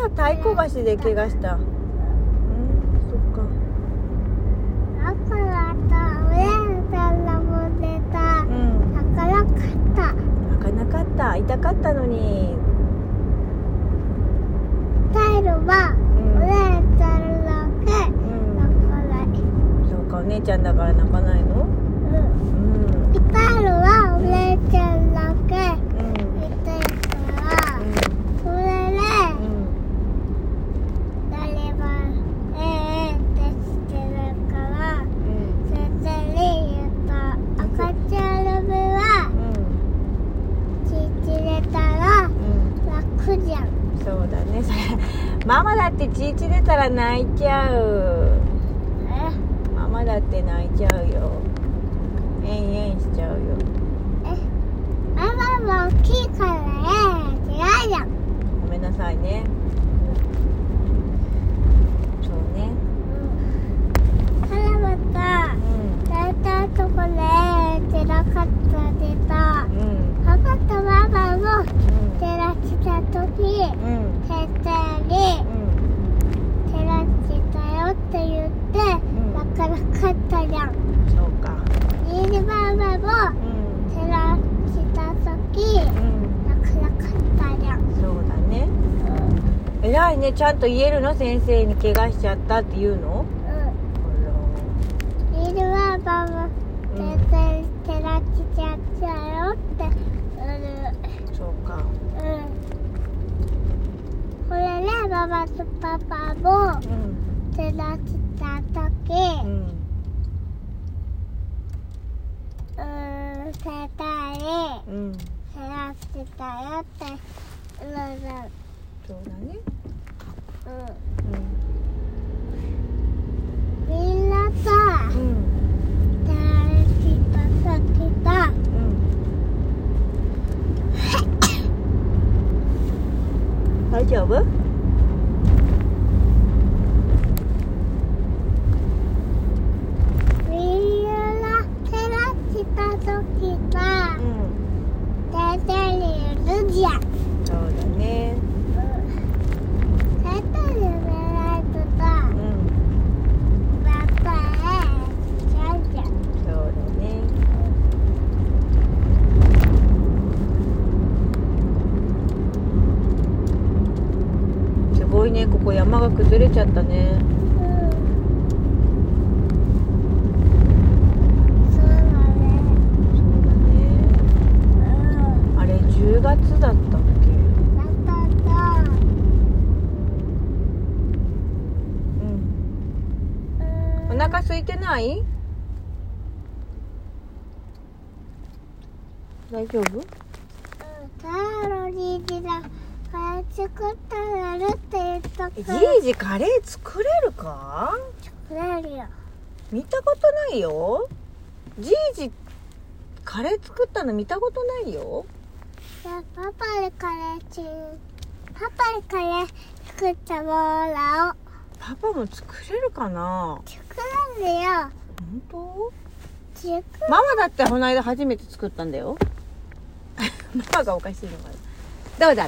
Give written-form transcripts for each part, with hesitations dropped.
あ太鼓橋で怪我した。そっか。 だからさ、お姉さんが持ってた、泣かなかった。 泣かなかった。痛かったのに。 タイルは、お姉ちゃんだけ泣かない。 そうか、お姉ちゃんだから泣かないの？ ピタールはお姉ちゃんだけ痛いから、それで、誰もってしてるから、先生に言った。赤ちゃんの分は、血出たら楽じゃん。 そうだね。それママだって血出たら泣いちゃう。ママだって泣いちゃうよ。えんしちゃうよ。 ママも大きいから違うじゃん。 ごめんなさいね。そうね。 からまた、大体とこで散らかった出た。パパとママも照らしたとき、先生に照らしたよって言って泣かなかったじゃん。 そうか。 ニーニママも照らしたとき泣かなかったじゃん。 そうだね。偉いね。ちゃんと言えるの？先生に怪我しちゃったって言うの？ ニーニママも先生に照らしちゃったよって言う。 そうか。 これね、ママとパパも照らしたとき、先生に照らしたよって言う。 そうだね。 みんなさ、照らしたときさ、 大丈夫？ みんな照らしたときさ、先生に言うじゃん。 そうだね。 先生に言わないとさ、やっぱりしちゃうじゃん。 そうだね。すごいね。ここ山が崩れちゃったね。 そうだね。 そうだね。あれ10月だったっけ？お腹空いてない？大丈夫？ タロリージがカレー作ったらやるって言ったから。 じいじカレー作れるか？ 作れるよ。 見たことないよ。じいじカレー作ったの見たことないよ。 じゃあパパにカレー作ってもらおう。 パパも作れるかな？ 作れるよ。 本当？ママだってこの間初めて作ったんだよ。ママがおかしいのかな。どうだった？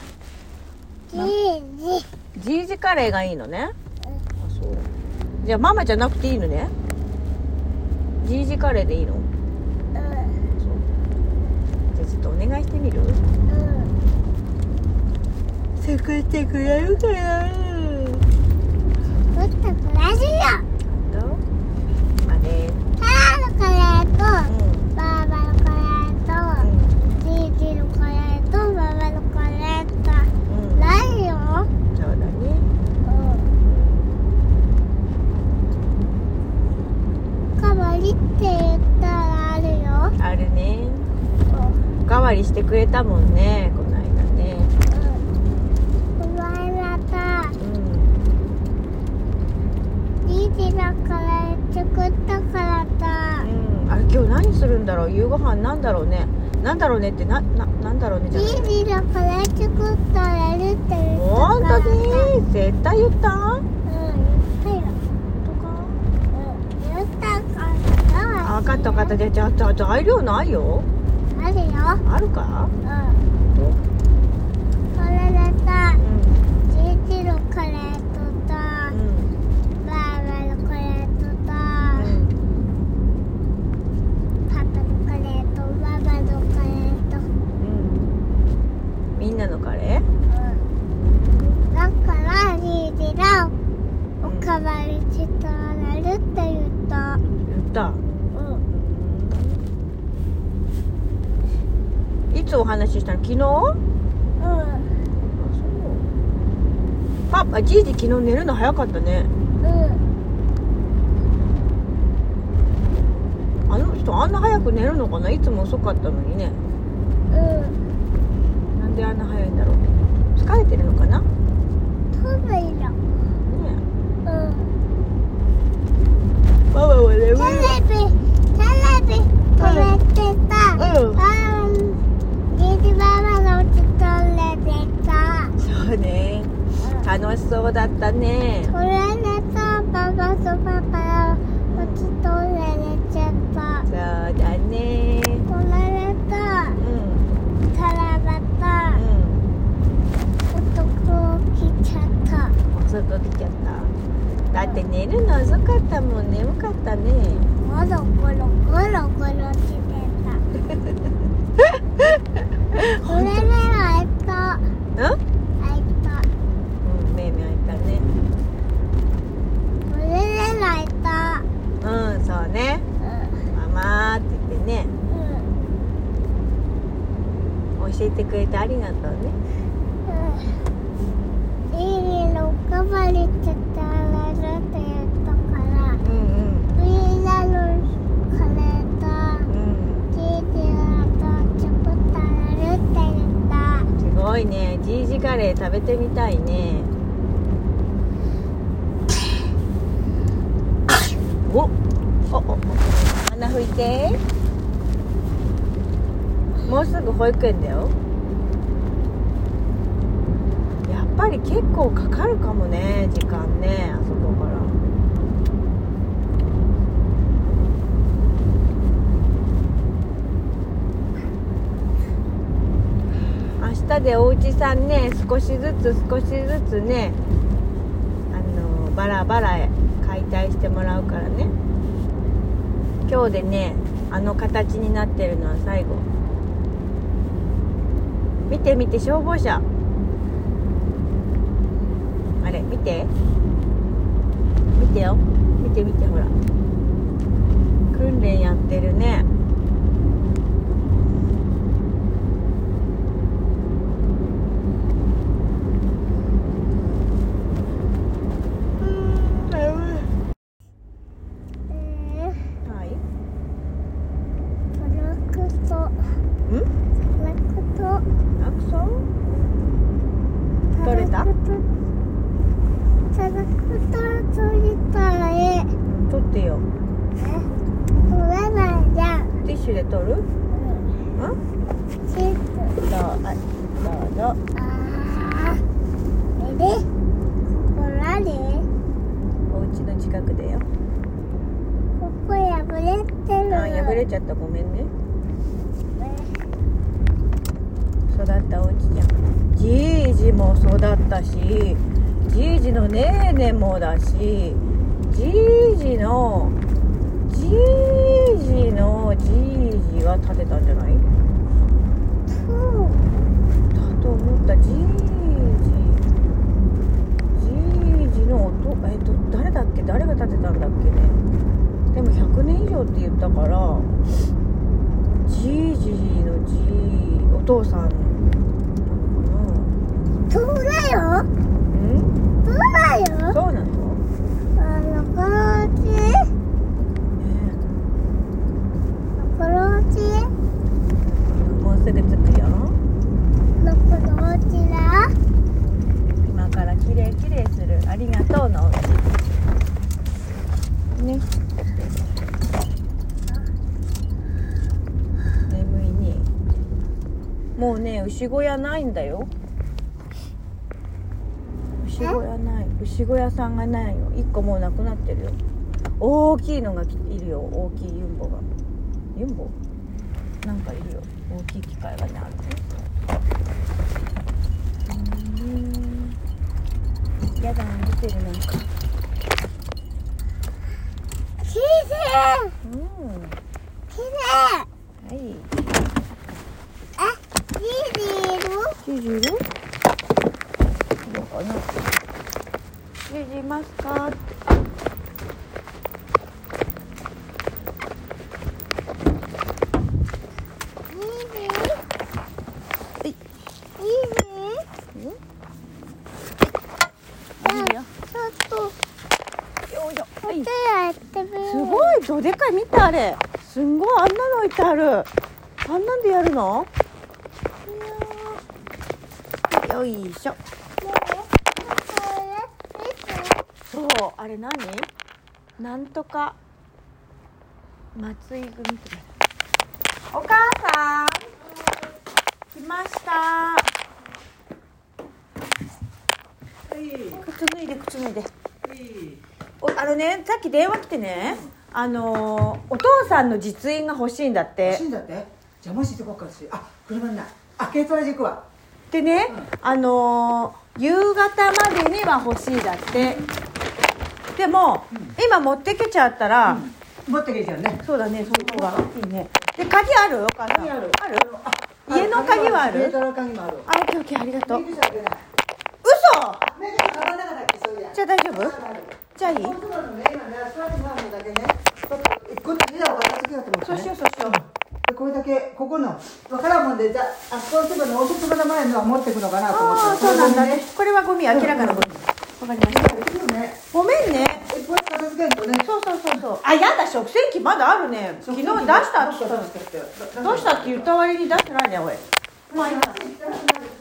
じいじカレーがいいのね。あ、そう。じゃあママじゃなくていいのね。じいじカレーでいいの？そう。じゃあちょっとお願いしてみる？作ってくれるかな？ 作ってくれるよ。 まあね。 タラのカレーと、バーバのカレーと、じいじのカレーと、ママのカレーと、ないよ。 そうだね。 かわりって言ったらあるよ。 あるね。おかわりしてくれたもんね、この間ね。 この間さ、じいじのカレー作ったからさ。 あれ今日何するんだろう？夕ご飯なんだろうね。なんだろうねってなんだろうねじゃない。 じいじのカレー作ったらやるって言ったからさ。 本当に？絶対言った？ 言ったよ。言ったから。 あ、分かった分かった。じゃあ材料ないよ。 あるよ。 あるか？ それでさ、じいみんなのカレー？ だからじいじがおかわりしてあげるって言った。 いつお話ししたの？昨日？パパ、じいじ昨日寝るの早かったね。あの人あんな早く寝るのかな？いつも遅かったのにね。なんであんな早いんだろう。疲れてるのかな？ トイレだ。 ママは眠い。 テレビ止めてた。じいじママのうちトイレでた。 そうね。楽しそうだったね。 これ寝た。パパとパパのうちトイレ寝ちゃった。 そうだね。 これ寝た。タラバタ。遅く起きちゃった。 遅く来ちゃった。だって寝るの遅かったもん。眠かったね。 ゴロゴロゴロゴロしてた。これ目が開いた。開いた。 目開いたね。 これ目が開いた。 そうね。ママって言ってね。教えてくれてありがとうね。 いいのおかわりしてあげるって言ったから。みんなのカレーとじいじが作ってあげるって言った。 すごいね。じいじカレー食べてみたいね。鼻拭いて。もうすぐ保育園だよ。やっぱり結構かかるかもね、時間ね、あそこから。明日でお家さんね、少しずつね、バラバラ解体してもらうからね。今日でね、あの形になってるのは最後。見て見て、消防車。あれ見て見てよ、見て見て、ほら訓練やってるね。取れた？取ってよ。 取れないじゃん。 ティッシュで取る？どうぞ。 ここ何？ お家の近くだよ。 ここ破れてる。 破れちゃった、ごめんね。育ったお家じゃん。じいじも育ったし、じいじのねーねもだし、じいじのじいじが建てたんじゃない？だと思った。じいじの誰だっけ？誰が建てたんだっけね。でも100年以上って言ったから、じいじのお父さん。 そうだよ。そうだよ。 そうなの？ このうち？このうち？ もうすぐ着くよ。 このうちだ。 今からきれいする。ありがとうのおうちね。眠いね。もうね、牛小屋ないんだよ。牛小屋ない。牛小屋さんがないの。1個もうなくなってるよ。大きいのがいるよ。大きいユンボが。ユンボ？なんかいるよ。大きい機械がね、あるね。やだ、出てる、なんか。 きれい。きれい。 はい。 じいじいる？ じいジジいる？どうかな。ジジいますか？すごいどでかい、見てあれ、すんごい、あんなの置いてある。あんなんでやるの？よいしょ。そう、あれ何？なんとか松井組とか。お母さん来ました。靴脱いで、靴脱いで。さっき電話来てね、お父さんの実印が欲しいんだって。 欲しいんだって。邪魔してこっかし。車にない。軽トラで行くわ。 でね、夕方までには欲しいだって。でも、今持ってけちゃったら、 持ってけちゃうね。 そうだね、その方がいいね。で、鍵ある？お母さん。 鍵ある。 家の鍵はある？ 家の鍵もある。 オッケーオッケー、ありがとう。嘘？じゃあ大丈夫？じゃあいい？そうしよう。 これだけここの分からんもんで、あそこのそばのおそばの前のは持ってくのかなと思って。 そうなんだね。これはゴミ、明らかなゴミ。わかりました。ごめんね。 片付けんとね。 そう。やだ、食洗機まだあるね。昨日出したって言ったの。どうしたって言った割に出してないね、おい。まあいいか。